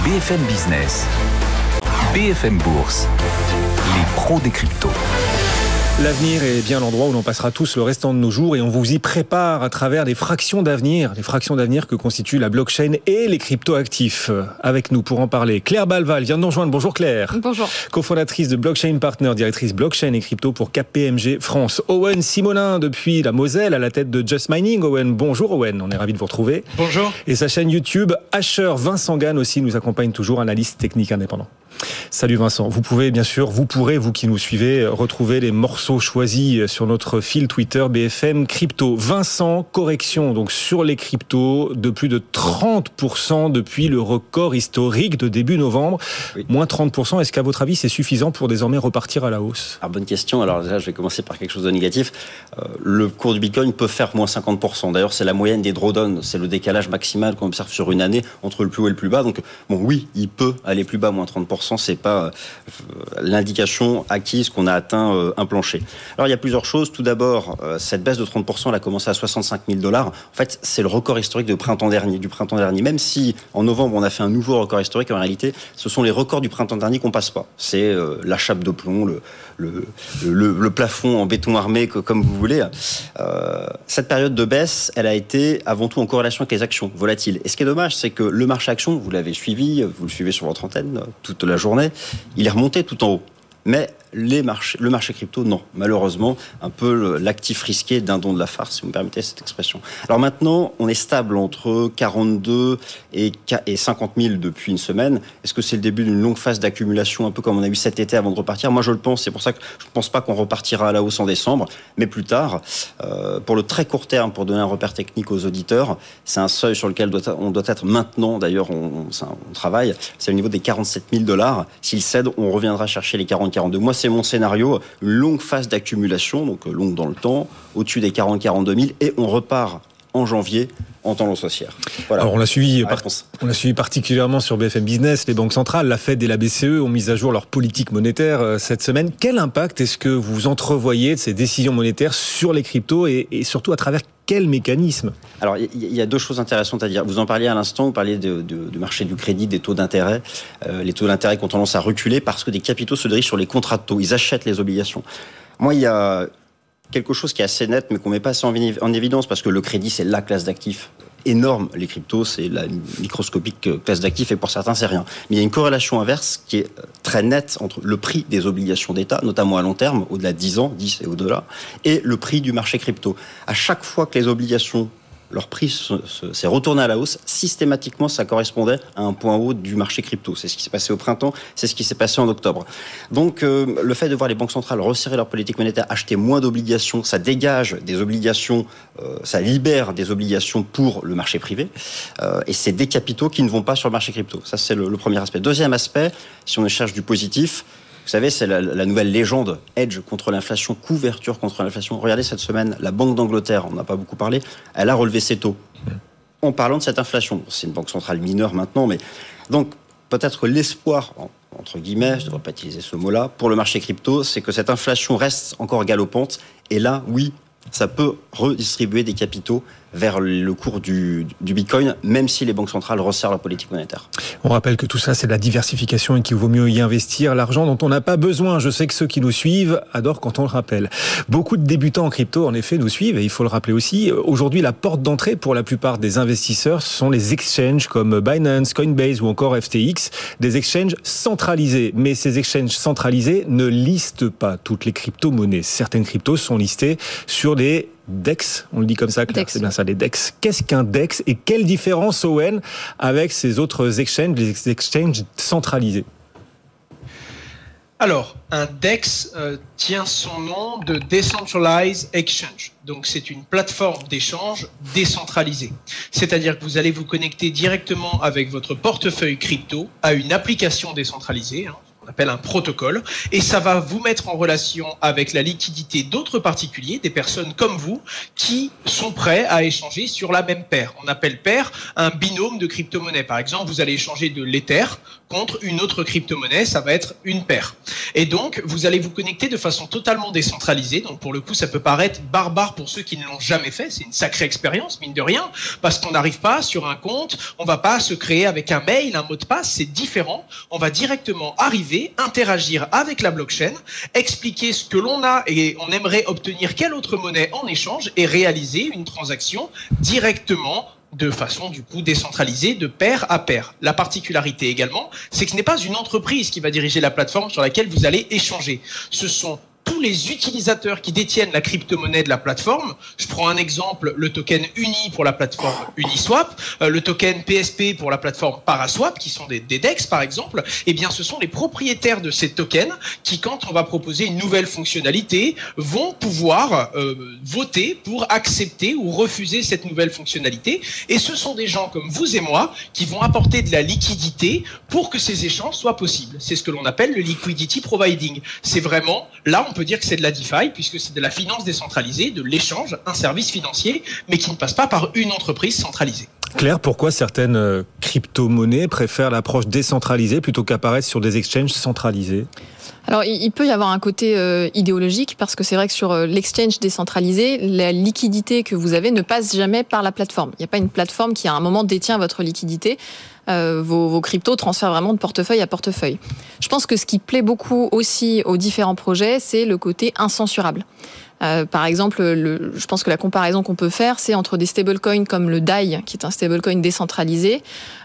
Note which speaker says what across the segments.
Speaker 1: BFM Business, BFM Bourse, les pros des cryptos.
Speaker 2: L'avenir est bien l'endroit où l'on passera tous le restant de nos jours et on vous y prépare à travers les fractions d'avenir que constituent la blockchain et les crypto-actifs. Avec nous pour en parler, Claire Balval vient de nous rejoindre. Bonjour Claire.
Speaker 3: Bonjour.
Speaker 2: Cofondatrice de Blockchain Partner, directrice blockchain et crypto pour KPMG France. Owen Simonin depuis la Moselle à la tête de Just Mining. Owen, bonjour Owen, on est ravi de vous retrouver.
Speaker 4: Bonjour.
Speaker 2: Et sa chaîne YouTube, Hasher, Vincent Gann aussi nous accompagne toujours, analyste technique indépendant. Salut Vincent, vous pourrez, vous qui nous suivez, retrouver les morceaux choisis sur notre fil Twitter BFM Crypto. Vincent, correction donc sur les cryptos de plus de 30% depuis le record historique de début novembre. Oui. Moins 30%, est-ce qu'à votre avis c'est suffisant pour désormais repartir à la hausse ?
Speaker 5: Alors, bonne question, alors déjà je vais commencer par quelque chose de négatif. Le cours du Bitcoin peut faire moins 50%. D'ailleurs c'est la moyenne des drawdowns, c'est le décalage maximal qu'on observe sur une année entre le plus haut et le plus bas. Donc bon, oui, il peut aller plus bas, moins 30%. C'est pas l'indication acquise qu'on a atteint un plancher. Alors il y a plusieurs choses. Tout d'abord, cette baisse de 30%, elle a commencé à 65 000 $. En fait, c'est le record historique du printemps dernier. Même si en novembre on a fait un nouveau record historique, en réalité, ce sont les records du printemps dernier qu'on passe pas. C'est la chape de plomb, le plafond en béton armé, comme vous voulez. Cette période de baisse, elle a été avant tout en corrélation avec les actions volatiles. Et ce qui est dommage, c'est que le marché action, vous l'avez suivi, vous le suivez sur votre antenne toute la journée, il est remonté tout en haut. Mais le marché crypto, non. Malheureusement, un peu l'actif risqué d'un don de la farce, si vous me permettez cette expression. Alors maintenant, on est stable entre 42 et 50 000 depuis une semaine. Est-ce que c'est le début d'une longue phase d'accumulation, un peu comme on a eu cet été avant de repartir ? Moi, je le pense. C'est pour ça que je ne pense pas qu'on repartira à la hausse en décembre, mais plus tard. Pour le très court terme, pour donner un repère technique aux auditeurs, c'est un seuil sur lequel on doit être maintenant. D'ailleurs, on travaille. C'est au niveau des 47 000 $. S'il cède, on reviendra chercher les 40-42. Moi, c'est mon scénario, une longue phase d'accumulation, donc longue dans le temps, au-dessus des 40-42 000, et on repart en janvier en tendance haussière. Voilà.
Speaker 2: Alors on l'a suivi particulièrement sur BFM Business. Les banques centrales, la Fed et la BCE ont mis à jour leur politique monétaire cette semaine. Quel impact est-ce que vous entrevoyez de ces décisions monétaires sur les cryptos et surtout à travers quel mécanisme ?
Speaker 5: Alors, il y a deux choses intéressantes à dire. Vous en parliez à l'instant, vous parliez du marché du crédit, des taux d'intérêt. Les taux d'intérêt qui ont tendance à reculer parce que des capitaux se dirigent sur les contrats de taux. Ils achètent les obligations. Moi, il y a quelque chose qui est assez net, mais qu'on ne met pas assez en évidence, parce que le crédit, c'est la classe d'actifs énorme. Les cryptos, c'est la microscopique classe d'actifs, et pour certains, c'est rien. Mais il y a une corrélation inverse qui est très nette entre le prix des obligations d'État, notamment à long terme, au-delà de 10 ans, 10 et au-delà, et le prix du marché crypto. À chaque fois que les obligations, leur prix s'est retourné à la hausse, systématiquement, ça correspondait à un point haut du marché crypto. C'est ce qui s'est passé au printemps, c'est ce qui s'est passé en octobre. Donc, le fait de voir les banques centrales resserrer leur politique monétaire, acheter moins d'obligations, ça dégage des obligations, ça libère des obligations pour le marché privé, et c'est des capitaux qui ne vont pas sur le marché crypto. Ça, c'est le premier aspect. Deuxième aspect, si on cherche du positif, vous savez, c'est la nouvelle légende, hedge contre l'inflation, couverture contre l'inflation. Regardez cette semaine, la Banque d'Angleterre, on n'a pas beaucoup parlé, elle a relevé ses taux. En parlant de cette inflation, c'est une banque centrale mineure maintenant, mais donc peut-être l'espoir, entre guillemets, je ne devrais pas utiliser ce mot-là, pour le marché crypto, c'est que cette inflation reste encore galopante. Et là, oui, ça peut redistribuer des capitaux vers le cours du Bitcoin, même si les banques centrales resserrent la politique monétaire.
Speaker 2: On rappelle que tout ça, c'est de la diversification et qu'il vaut mieux y investir l'argent dont on n'a pas besoin. Je sais que ceux qui nous suivent adorent quand on le rappelle. Beaucoup de débutants en crypto, en effet, nous suivent, et il faut le rappeler aussi. Aujourd'hui, la porte d'entrée pour la plupart des investisseurs sont les exchanges comme Binance, Coinbase ou encore FTX, des exchanges centralisés. Mais ces exchanges centralisés ne listent pas toutes les crypto-monnaies. Certaines cryptos sont listées sur des DEX, on le dit comme ça, Claire, c'est bien ça, les DEX. Qu'est-ce qu'un DEX et quelle différence, Owen, avec ces autres exchanges, les exchanges centralisés ?
Speaker 4: Alors, un DEX tient son nom de Decentralized Exchange. Donc, c'est une plateforme d'échange décentralisée. C'est-à-dire que vous allez vous connecter directement avec votre portefeuille crypto à une application décentralisée, qu'on appelle un protocole, et ça va vous mettre en relation avec la liquidité d'autres particuliers, des personnes comme vous, qui sont prêts à échanger sur la même paire. On appelle paire un binôme de crypto-monnaies. Par exemple, vous allez échanger de l'Ether contre une autre crypto-monnaie, ça va être une paire. Et donc, vous allez vous connecter de façon totalement décentralisée. Donc, pour le coup, ça peut paraître barbare pour ceux qui ne l'ont jamais fait. C'est une sacrée expérience, mine de rien, parce qu'on n'arrive pas sur un compte, on va pas se créer avec un mail, un mot de passe, c'est différent. On va directement arriver, interagir avec la blockchain, expliquer ce que l'on a et on aimerait obtenir quelle autre monnaie en échange et réaliser une transaction directement de façon du coup décentralisée, de pair à pair. La particularité également, c'est que ce n'est pas une entreprise qui va diriger la plateforme sur laquelle vous allez échanger. Ce sont tous les utilisateurs qui détiennent la crypto-monnaie de la plateforme. Je prends un exemple, le token UNI pour la plateforme Uniswap, le token PSP pour la plateforme Paraswap, qui sont des DEX par exemple. Eh bien, ce sont les propriétaires de ces tokens qui, quand on va proposer une nouvelle fonctionnalité, vont pouvoir voter pour accepter ou refuser cette nouvelle fonctionnalité. Et ce sont des gens comme vous et moi qui vont apporter de la liquidité pour que ces échanges soient possibles. C'est ce que l'on appelle le liquidity providing. C'est vraiment, là, on peut dire que c'est de la DeFi, puisque c'est de la finance décentralisée, de l'échange, un service financier, mais qui ne passe pas par une entreprise centralisée.
Speaker 2: Claire, pourquoi certaines crypto-monnaies préfèrent l'approche décentralisée plutôt qu'apparaître sur des exchanges centralisés ?
Speaker 3: Alors, il peut y avoir un côté idéologique, parce que c'est vrai que sur l'exchange décentralisé, la liquidité que vous avez ne passe jamais par la plateforme. Il n'y a pas une plateforme qui, à un moment, détient votre liquidité. Vos cryptos transfèrent vraiment de portefeuille à portefeuille. Je pense que ce qui plaît beaucoup aussi aux différents projets, c'est le côté incensurable. Par exemple, je pense que la comparaison qu'on peut faire, c'est entre des stablecoins comme le DAI, qui est un stablecoin décentralisé,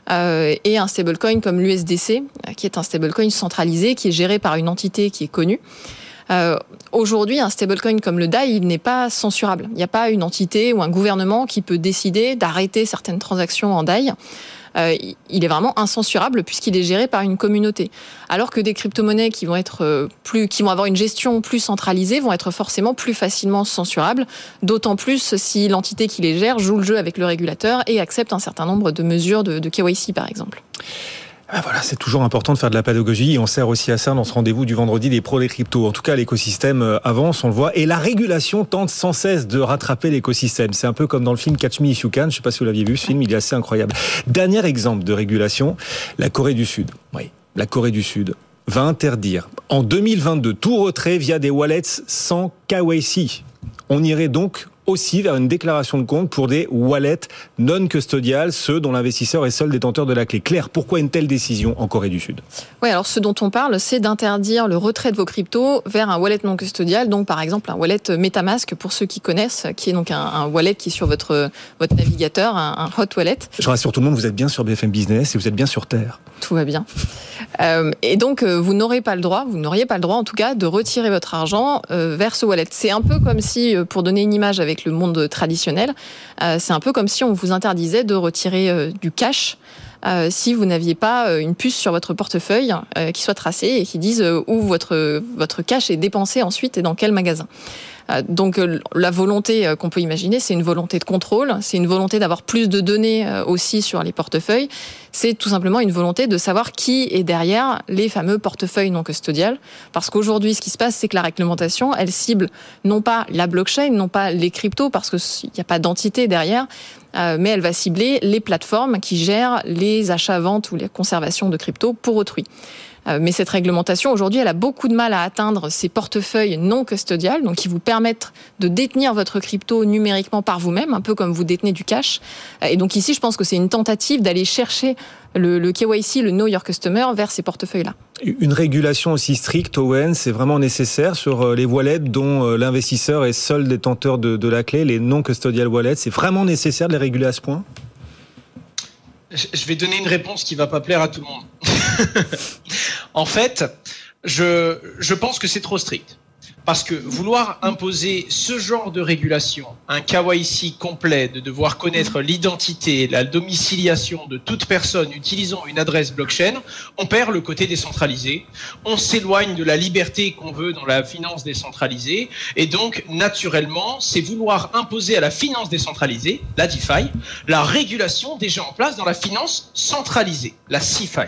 Speaker 3: et un stablecoin comme l'USDC, qui est un stablecoin centralisé, qui est géré par une entité qui est connue. Aujourd'hui, un stablecoin comme le DAI, il n'est pas censurable. Il n'y a pas une entité ou un gouvernement qui peut décider d'arrêter certaines transactions en DAI. Il est vraiment incensurable puisqu'il est géré par une communauté. Alors que des crypto-monnaies qui vont avoir une gestion plus centralisée vont être forcément plus facilement censurables, d'autant plus si l'entité qui les gère joue le jeu avec le régulateur et accepte un certain nombre de mesures de KYC par exemple.
Speaker 2: Voilà, c'est toujours important de faire de la pédagogie et on sert aussi à ça dans ce rendez-vous du vendredi des pros des cryptos. En tout cas, l'écosystème avance, on le voit, et la régulation tente sans cesse de rattraper l'écosystème. C'est un peu comme dans le film Catch Me If You Can, je ne sais pas si vous l'aviez vu, ce film, il est assez incroyable. Dernier exemple de régulation, la Corée du Sud. Oui, la Corée du Sud va interdire en 2022 tout retrait via des wallets sans KYC. On irait donc aussi vers une déclaration de compte pour des wallets non custodiales, ceux dont l'investisseur est seul détenteur de la clé. Claire, pourquoi une telle décision en Corée du Sud ?
Speaker 3: Oui, alors ce dont on parle, c'est d'interdire le retrait de vos cryptos vers un wallet non custodial, donc par exemple un wallet MetaMask pour ceux qui connaissent, qui est donc un wallet qui est sur votre navigateur, un hot wallet.
Speaker 2: Je rassure tout le monde, vous êtes bien sur BFM Business et vous êtes bien sur Terre.
Speaker 3: Tout va bien. Et donc vous n'auriez pas le droit en tout cas de retirer votre argent vers ce wallet. C'est un peu comme si, pour donner une image avec le monde traditionnel, c'est un peu comme si on vous interdisait de retirer du cash si vous n'aviez pas une puce sur votre portefeuille qui soit tracée et qui dise où votre cash est dépensé ensuite et dans quel magasin. Donc la volonté qu'on peut imaginer, c'est une volonté de contrôle, c'est une volonté d'avoir plus de données aussi sur les portefeuilles, c'est tout simplement une volonté de savoir qui est derrière les fameux portefeuilles non custodiales. Parce qu'aujourd'hui, ce qui se passe, c'est que la réglementation, elle cible non pas la blockchain, non pas les cryptos, parce qu'il n'y a pas d'entité derrière, mais elle va cibler les plateformes qui gèrent les achats-ventes ou la conservation de cryptos pour autrui. Mais cette réglementation, aujourd'hui, elle a beaucoup de mal à atteindre ces portefeuilles non custodiales, donc qui vous permettent de détenir votre crypto numériquement par vous-même, un peu comme vous détenez du cash. Et donc ici, je pense que c'est une tentative d'aller chercher le KYC, le Know Your Customer, vers ces portefeuilles-là.
Speaker 2: Une régulation aussi stricte, Owen, c'est vraiment nécessaire sur les wallets dont l'investisseur est seul détenteur de la clé, les non custodial wallets. C'est vraiment nécessaire de les réguler à ce point ?
Speaker 4: Je vais donner une réponse qui va pas plaire à tout le monde. En fait, je pense que c'est trop strict. Parce que vouloir imposer ce genre de régulation, un KYC complet, de devoir connaître l'identité, la domiciliation de toute personne utilisant une adresse blockchain, on perd le côté décentralisé, on s'éloigne de la liberté qu'on veut dans la finance décentralisée, et donc naturellement, c'est vouloir imposer à la finance décentralisée, la DeFi, la régulation déjà en place dans la finance centralisée, la CeFi.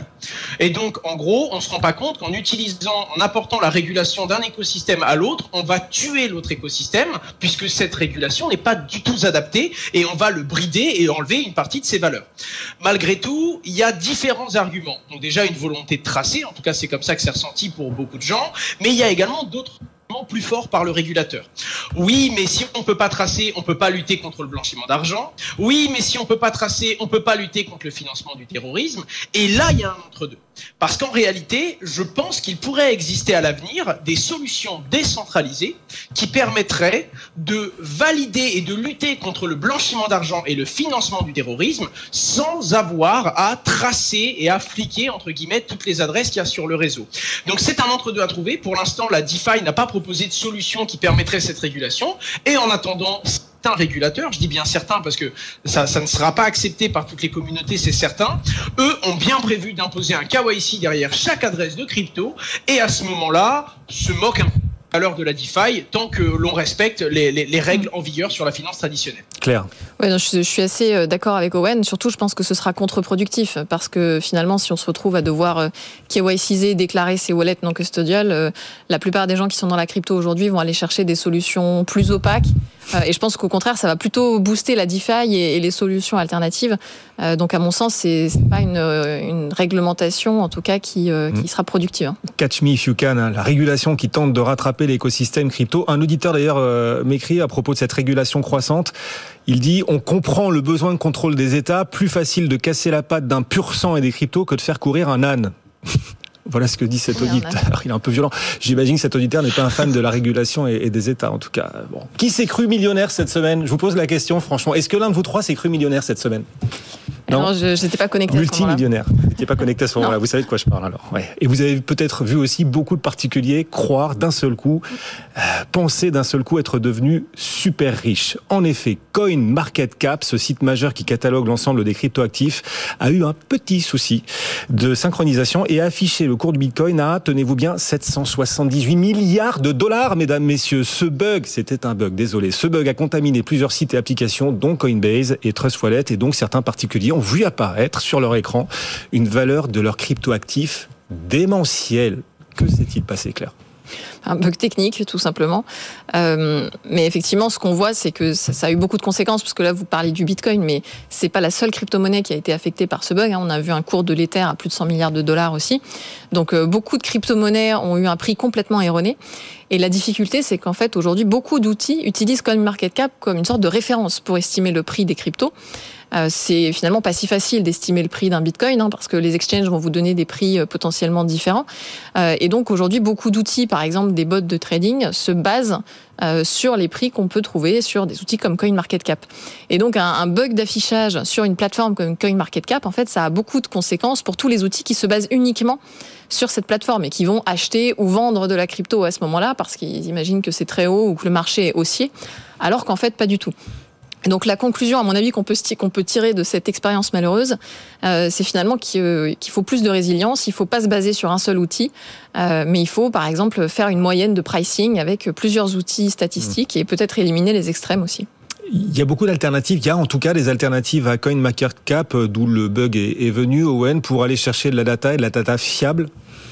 Speaker 4: Et donc, en gros, on se rend pas compte qu'en apportant la régulation d'un écosystème à l'autre, on va tuer l'autre écosystème, puisque cette régulation n'est pas du tout adaptée, et on va le brider et enlever une partie de ses valeurs. Malgré tout, il y a différents arguments. Donc déjà, une volonté de tracer, en tout cas c'est comme ça que c'est ressenti pour beaucoup de gens, mais il y a également d'autres plus fort par le régulateur. Oui, mais si on peut pas tracer, on peut pas lutter contre le blanchiment d'argent. Oui, mais si on peut pas tracer, on peut pas lutter contre le financement du terrorisme. Et là, il y a un entre-deux. Parce qu'en réalité, je pense qu'il pourrait exister à l'avenir des solutions décentralisées qui permettraient de valider et de lutter contre le blanchiment d'argent et le financement du terrorisme sans avoir à tracer et à fliquer, entre guillemets, toutes les adresses qu'il y a sur le réseau. Donc c'est un entre-deux à trouver. Pour l'instant, la DeFi n'a pas proposé de solution qui permettrait cette régulation. Et en attendant, certains régulateurs, je dis bien certains parce que ça ne sera pas accepté par toutes les communautés, c'est certain, eux ont bien prévu d'imposer un KYC derrière chaque adresse de crypto et à ce moment-là, se moquent un peu à l'heure de la DeFi tant que l'on respecte les règles en vigueur sur la finance traditionnelle.
Speaker 2: Claire.
Speaker 3: Ouais, non, je suis assez d'accord avec Owen. Surtout, je pense que ce sera contre-productif parce que finalement, si on se retrouve à devoir KYCiser, déclarer ses wallets non custodiales, la plupart des gens qui sont dans la crypto aujourd'hui vont aller chercher des solutions plus opaques. Et je pense qu'au contraire, ça va plutôt booster la DeFi et les solutions alternatives. Donc, à mon sens, c'est pas une réglementation, en tout cas, qui sera productive. Hein.
Speaker 2: Catch me if you can, la régulation qui tente de rattraper l'écosystème crypto. Un auditeur d'ailleurs m'écrit à propos de cette régulation croissante. Il dit, on comprend le besoin de contrôle des États, plus facile de casser la patte d'un pur sang et des cryptos que de faire courir un âne. Voilà ce que dit cet auditeur. Il est un peu violent. J'imagine que cet auditeur n'est pas un fan de la régulation et des États, en tout cas. Bon. Qui s'est cru millionnaire cette semaine ? Je vous pose la question, franchement. Est-ce que l'un de vous trois s'est cru millionnaire cette semaine ?
Speaker 3: Non, je n'étais pas connecté à ce moment-là.
Speaker 2: Multimillionnaire. Vous n'étiez pas connecté à ce moment-là. Vous savez de quoi je parle alors. Ouais. Et vous avez peut-être vu aussi beaucoup de particuliers croire d'un seul coup, penser d'un seul coup être devenus super riches. En effet, CoinMarketCap, ce site majeur qui catalogue l'ensemble des cryptoactifs, a eu un petit souci de synchronisation et a affiché le cours du Bitcoin à, tenez-vous bien, 778 milliards de dollars, mesdames, messieurs. Ce bug, c'était un bug, désolé. Ce bug a contaminé plusieurs sites et applications, dont Coinbase et Trust Wallet, et donc certains particuliers ont vu apparaître sur leur écran une valeur de leur cryptoactif démentielle. Que s'est-il passé, Claire ?
Speaker 3: Un bug technique, tout simplement. Mais effectivement, ce qu'on voit, c'est que ça a eu beaucoup de conséquences, parce que là, vous parlez du Bitcoin, mais c'est pas la seule crypto-monnaie qui a été affectée par ce bug. On a vu un cours de l'Ether à plus de 100 milliards de dollars aussi. Donc, beaucoup de crypto-monnaies ont eu un prix complètement erroné. Et la difficulté, c'est qu'en fait, aujourd'hui, beaucoup d'outils utilisent CoinMarketCap comme une sorte de référence pour estimer le prix des cryptos. C'est finalement pas si facile d'estimer le prix d'un Bitcoin, parce que les exchanges vont vous donner des prix potentiellement différents. Et donc aujourd'hui, beaucoup d'outils, par exemple des bots de trading, se basent sur les prix qu'on peut trouver sur des outils comme CoinMarketCap. Et donc un bug d'affichage sur une plateforme comme CoinMarketCap, en fait, ça a beaucoup de conséquences pour tous les outils qui se basent uniquement sur cette plateforme et qui vont acheter ou vendre de la crypto à ce moment-là parce qu'ils imaginent que c'est très haut ou que le marché est haussier, alors qu'en fait, pas du tout. Donc la conclusion, à mon avis, qu'on peut tirer de cette expérience malheureuse, c'est finalement qu'il faut plus de résilience. Il ne faut pas se baser sur un seul outil, mais il faut, par exemple, faire une moyenne de pricing avec plusieurs outils statistiques et peut-être éliminer les extrêmes aussi.
Speaker 2: Il y a beaucoup d'alternatives. Il y a en tout cas des alternatives à CoinMarketCap, d'où le bug est venu, Owen, pour aller chercher de la data et de la data fiable.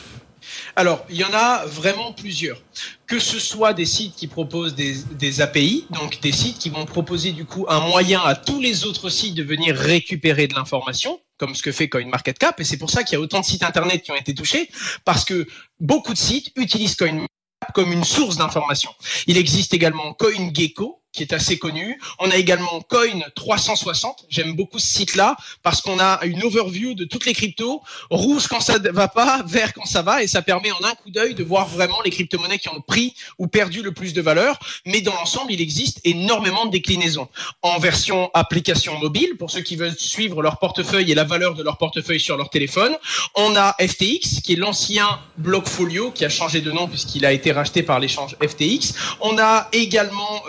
Speaker 4: Alors, il y en a vraiment plusieurs. Que ce soit des sites qui proposent des API, donc des sites qui vont proposer du coup un moyen à tous les autres sites de venir récupérer de l'information, comme ce que fait CoinMarketCap, et c'est pour ça qu'il y a autant de sites internet qui ont été touchés, parce que beaucoup de sites utilisent CoinMarketCap comme une source d'information. Il existe également CoinGecko, qui est assez connu. On a également Coin 360. J'aime beaucoup ce site-là parce qu'on a une overview de toutes les cryptos, rouge quand ça va pas, vert quand ça va, et ça permet en un coup d'œil de voir vraiment les crypto-monnaies qui ont pris ou perdu le plus de valeur. Mais dans l'ensemble, il existe énormément de déclinaisons. En version application mobile, pour ceux qui veulent suivre leur portefeuille et la valeur de leur portefeuille sur leur téléphone. On a FTX, qui est l'ancien Blockfolio, qui a changé de nom puisqu'il a été racheté par l'échange FTX. On a également CoinStar,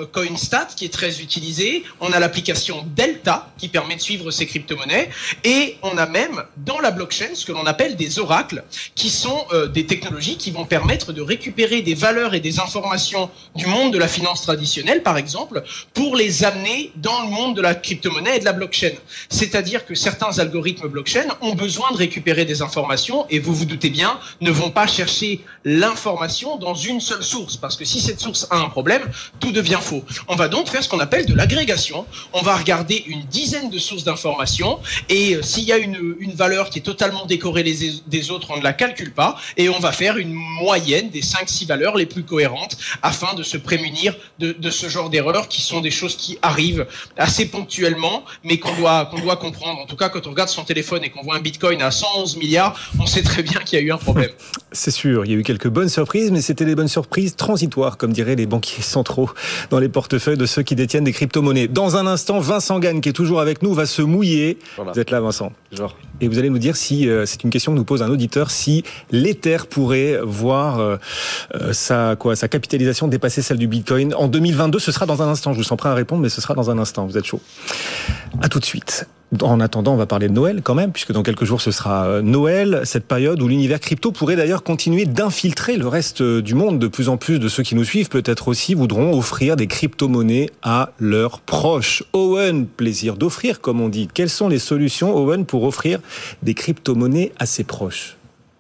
Speaker 4: CryptoStat qui est très utilisé, on a l'application Delta qui permet de suivre ces crypto-monnaies, et on a même dans la blockchain ce que l'on appelle des oracles, qui sont des technologies qui vont permettre de récupérer des valeurs et des informations du monde de la finance traditionnelle, par exemple, pour les amener dans le monde de la crypto-monnaie et de la blockchain. C'est-à-dire que certains algorithmes blockchain ont besoin de récupérer des informations, et vous vous doutez bien, ne vont pas chercher l'information dans une seule source, parce que si cette source a un problème, tout devient faux. On va donc faire ce qu'on appelle de l'agrégation. On va regarder une dizaine de sources d'informations, et s'il y a une valeur qui est totalement décorrélée des autres, on ne la calcule pas, et on va faire une moyenne des 5-6 valeurs les plus cohérentes afin de se prémunir de ce genre d'erreurs qui sont des choses qui arrivent assez ponctuellement, mais qu'on doit comprendre. En tout cas, quand on regarde son téléphone et qu'on voit un bitcoin à 111 milliards, on sait très bien qu'il y a eu un problème.
Speaker 2: C'est sûr, il y a eu quelques bonnes surprises, mais c'était des bonnes surprises transitoires, comme diraient les banquiers centraux dans les portefeuilles de ceux qui détiennent des crypto-monnaies. Dans un instant, Vincent Gagne, qui est toujours avec nous, va se mouiller. Voilà. Vous êtes là, Vincent.
Speaker 5: Genre.
Speaker 2: Et vous allez nous dire si, c'est une question que nous pose un auditeur, si l'Ether pourrait voir sa capitalisation dépasser celle du Bitcoin en 2022. Ce sera dans un instant. Je vous sens prêt à répondre, mais ce sera dans un instant. Vous êtes chaud. À tout de suite. En attendant, on va parler de Noël quand même, puisque dans quelques jours ce sera Noël, cette période où l'univers crypto pourrait d'ailleurs continuer d'infiltrer le reste du monde. De plus en plus de ceux qui nous suivent peut-être aussi voudront offrir des crypto-monnaies à leurs proches. Owen, plaisir d'offrir comme on dit. Quelles sont les solutions, Owen, pour offrir des crypto-monnaies à ses proches ?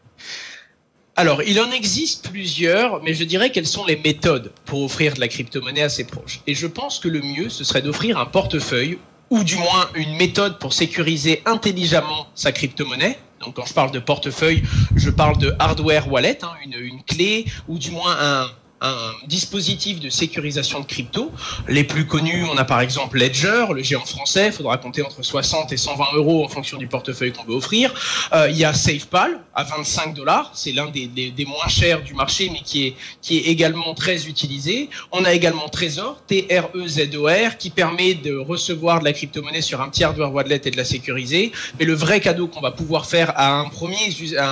Speaker 4: Alors, il en existe plusieurs, mais je dirais quelles sont les méthodes pour offrir de la crypto-monnaie à ses proches. Et je pense que le mieux, ce serait d'offrir un portefeuille, ou du moins une méthode pour sécuriser intelligemment sa crypto-monnaie. Donc quand je parle de portefeuille, je parle de hardware wallet, une clé, ou du moins un dispositif de sécurisation de crypto. Les plus connus, on a par exemple Ledger, le géant français, il faudra compter entre 60 et 120 € en fonction du portefeuille qu'on veut offrir. Il y a SafePal à $25, c'est l'un des moins chers du marché, mais qui est également très utilisé. On a également Trezor, Trezor, qui permet de recevoir de la crypto-monnaie sur un petit hardware wallet et de la sécuriser. Mais le vrai cadeau qu'on va pouvoir faire à un premier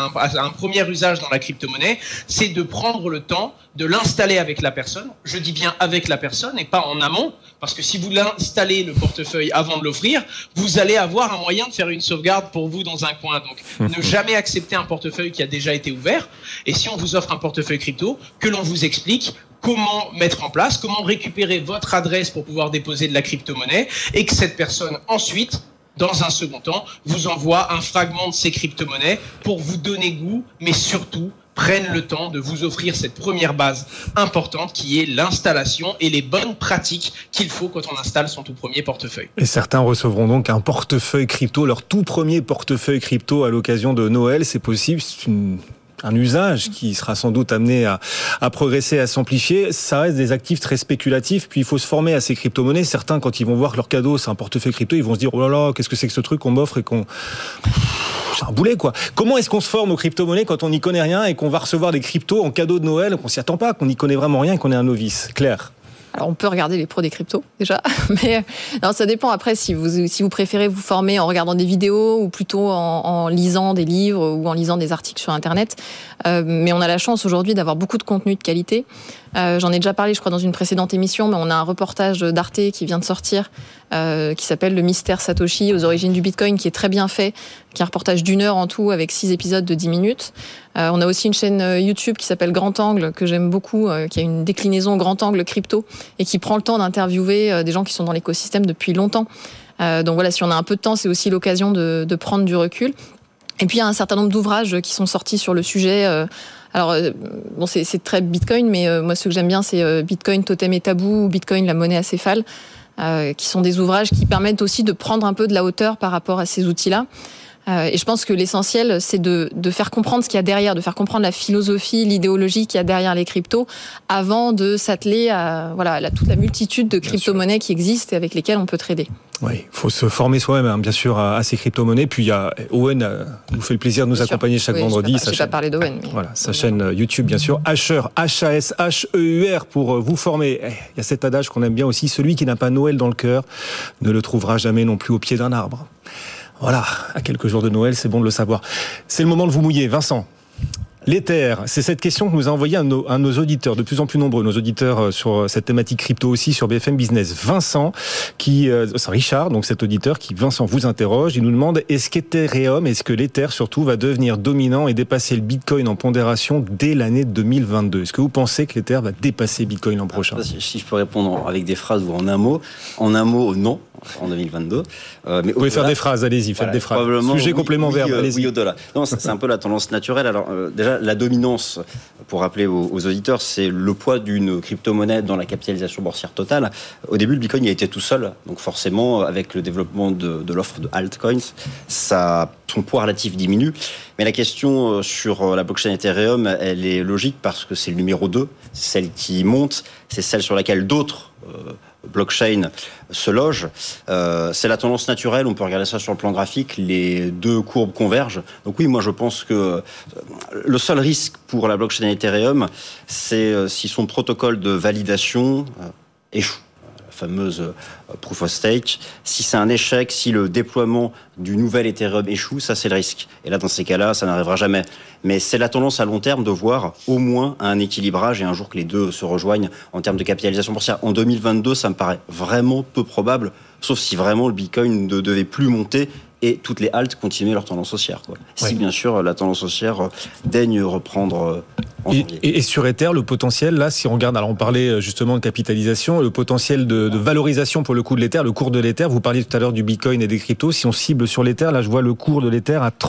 Speaker 4: usage dans la crypto-monnaie, c'est de prendre le temps de l'installer avec la personne. Je dis bien avec la personne et pas en amont, parce que si vous l'installez le portefeuille avant de l'offrir, vous allez avoir un moyen de faire une sauvegarde pour vous dans un coin. Donc, ne jamais accepter un portefeuille qui a déjà été ouvert. Et si on vous offre un portefeuille crypto, que l'on vous explique comment mettre en place, comment récupérer votre adresse pour pouvoir déposer de la crypto-monnaie, et que cette personne ensuite, dans un second temps, vous envoie un fragment de ces crypto-monnaies pour vous donner goût, mais surtout prennent le temps de vous offrir cette première base importante qui est l'installation et les bonnes pratiques qu'il faut quand on installe son tout premier portefeuille.
Speaker 2: Et certains recevront donc un portefeuille crypto, leur tout premier portefeuille crypto à l'occasion de Noël. C'est possible, c'est un usage qui sera sans doute amené à progresser, à s'amplifier. Ça reste des actifs très spéculatifs, puis il faut se former à ces crypto-monnaies. Certains, quand ils vont voir que leur cadeau, c'est un portefeuille crypto, ils vont se dire « Oh là là, qu'est-ce que c'est que ce truc qu'on m'offre » et qu'on... C'est un boulet, quoi. Comment est-ce qu'on se forme aux crypto-monnaies quand on n'y connaît rien et qu'on va recevoir des cryptos en cadeau de Noël, qu'on s'y attend pas, qu'on n'y connaît vraiment rien et qu'on est un novice ? Claire ?
Speaker 3: Alors, on peut regarder les pros des cryptos, déjà. Mais non, ça dépend après si vous préférez vous former en regardant des vidéos ou plutôt en lisant des livres ou en lisant des articles sur Internet. Mais on a la chance aujourd'hui d'avoir beaucoup de contenu de qualité. J'en ai déjà parlé, je crois, dans une précédente émission, mais on a un reportage d'Arte qui vient de sortir, qui s'appelle Le mystère Satoshi aux origines du Bitcoin, qui est très bien fait, qui est un reportage d'1 heure en tout, avec 6 épisodes de 10 minutes. On a aussi une chaîne YouTube qui s'appelle Grand Angle, que j'aime beaucoup, qui a une déclinaison Grand Angle crypto, et qui prend le temps d'interviewer des gens qui sont dans l'écosystème depuis longtemps. Donc voilà, si on a un peu de temps, c'est aussi l'occasion de prendre du recul. Et puis il y a un certain nombre d'ouvrages qui sont sortis sur le sujet. Alors bon, c'est très Bitcoin, mais moi ce que j'aime bien, c'est Bitcoin, Totem et Tabou, ou Bitcoin, la monnaie acéphale, qui sont des ouvrages qui permettent aussi de prendre un peu de la hauteur par rapport à ces outils-là. Et je pense que l'essentiel, c'est de faire comprendre ce qu'il y a derrière, de faire comprendre la philosophie, l'idéologie qu'il y a derrière les cryptos, avant de s'atteler à toute la multitude de crypto-monnaies qui existent et avec lesquelles on peut trader.
Speaker 2: Oui, il faut se former soi-même, bien sûr, à ces crypto-monnaies. Puis il y a Owen, nous fait le plaisir de nous accompagner chaque vendredi.
Speaker 3: Je n'ai pas parlé d'Owen.
Speaker 2: Voilà, sa chaîne YouTube, bien sûr. Asher, H-A-S-H-E-U-R, pour vous former. Il y a cet adage qu'on aime bien aussi, celui qui n'a pas Noël dans le cœur ne le trouvera jamais non plus au pied d'un arbre. Voilà, à quelques jours de Noël, c'est bon de le savoir. C'est le moment de vous mouiller, Vincent. L'Ether, c'est cette question que nous a envoyé un de nos auditeurs, de plus en plus nombreux, nos auditeurs sur cette thématique crypto aussi sur BFM Business. Vincent, c'est Richard, donc cet auditeur qui, Vincent, vous interroge. Il nous demande, est-ce que l'Ether surtout va devenir dominant et dépasser le Bitcoin en pondération dès l'année 2022? Est-ce que vous pensez que l'Ether va dépasser Bitcoin l'an prochain?
Speaker 5: Si je peux répondre avec des phrases ou en un mot. En un mot, non. En 2022.
Speaker 2: Mais vous pouvez faire des phrases, allez-y, faites des phrases. Sujet complémentaire, allez-y.
Speaker 5: Oui, au-delà. Non, c'est un peu la tendance naturelle. Alors, déjà, la dominance, pour rappeler aux auditeurs, c'est le poids d'une crypto-monnaie dans la capitalisation boursière totale. Au début, le Bitcoin, il a été tout seul. Donc, forcément, avec le développement de l'offre de altcoins, son poids relatif diminue. Mais la question sur la blockchain Ethereum, elle est logique parce que c'est le numéro 2, c'est celle qui monte, c'est celle sur laquelle d'autres blockchain se loge. C'est la tendance naturelle, on peut regarder ça sur le plan graphique, les deux courbes convergent. Donc oui, moi je pense que le seul risque pour la blockchain Ethereum, c'est si son protocole de validation échoue. Fameuse proof of stake. Si c'est un échec, si le déploiement du nouvel Ethereum échoue, ça c'est le risque. Et là, dans ces cas-là, ça n'arrivera jamais. Mais c'est la tendance à long terme de voir au moins un équilibrage et un jour que les deux se rejoignent en termes de capitalisation boursière. En 2022, ça me paraît vraiment peu probable, sauf si vraiment le Bitcoin ne devait plus monter et toutes les haltes continuer leur tendance haussière. Si bien sûr la tendance haussière daigne reprendre en janvier.
Speaker 2: Et sur Ether, le potentiel, là, si on regarde, alors on parlait justement de capitalisation, le potentiel de valorisation pour le coût de l'Ether, le cours de l'Ether, vous parliez tout à l'heure du Bitcoin et des cryptos, si on cible sur l'Ether, là je vois le cours de l'Ether à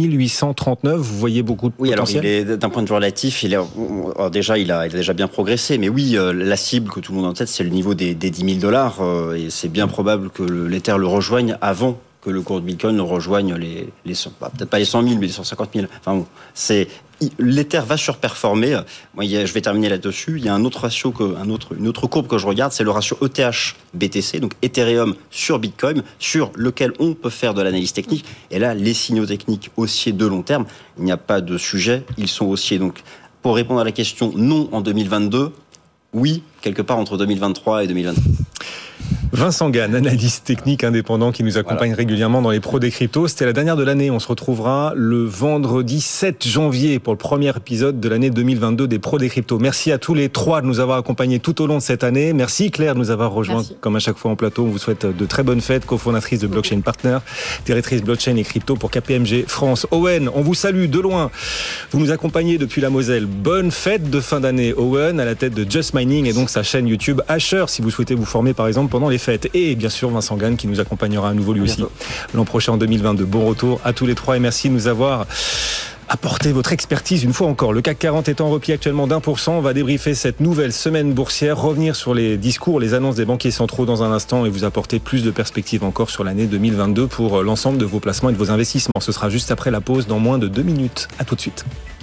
Speaker 2: 3839, vous voyez beaucoup de potentiel?
Speaker 5: Oui, alors d'un point de vue relatif, il a déjà bien progressé, mais oui, la cible que tout le monde a en tête, c'est le niveau des $10 000, et c'est bien probable que l'Ether le rejoigne avant que le cours de Bitcoin rejoigne les peut-être pas les 100 000, mais les 150 000. Enfin bon, l'Ether va surperformer. Moi, je vais terminer là-dessus. Il y a un autre ratio, une autre courbe que je regarde, c'est le ratio ETH-BTC, donc Ethereum sur Bitcoin, sur lequel on peut faire de l'analyse technique. Et là, les signaux techniques haussiers de long terme, il n'y a pas de sujet, ils sont haussiers. Donc, pour répondre à la question, non en 2022, oui, quelque part entre 2023 et 2024.
Speaker 2: Vincent Gann, analyste technique indépendant qui nous accompagne régulièrement dans les pros des cryptos. C'était la dernière de l'année. On se retrouvera le vendredi 7 janvier pour le premier épisode de l'année 2022 des pros des cryptos. Merci à tous les trois de nous avoir accompagnés tout au long de cette année. Merci Claire de nous avoir rejoints comme à chaque fois en plateau. On vous souhaite de très bonnes fêtes. Cofondatrice de Blockchain Partner, directrice blockchain et crypto pour KPMG France. Owen, on vous salue de loin. Vous nous accompagnez depuis la Moselle. Bonne fête de fin d'année. Owen à la tête de Just Mining et donc sa chaîne YouTube Asher si vous souhaitez vous former par exemple pendant les fêtes. Et bien sûr Vincent Gann qui nous accompagnera à nouveau lui aussi l'an prochain en 2022. Bon retour à tous les trois et merci de nous avoir apporté votre expertise une fois encore. Le CAC 40 est en repli actuellement d'1%. On va débriefer cette nouvelle semaine boursière, revenir sur les discours, les annonces des banquiers centraux dans un instant et vous apporter plus de perspectives encore sur l'année 2022 pour l'ensemble de vos placements et de vos investissements. Ce sera juste après la pause dans moins de 2 minutes. À tout de suite.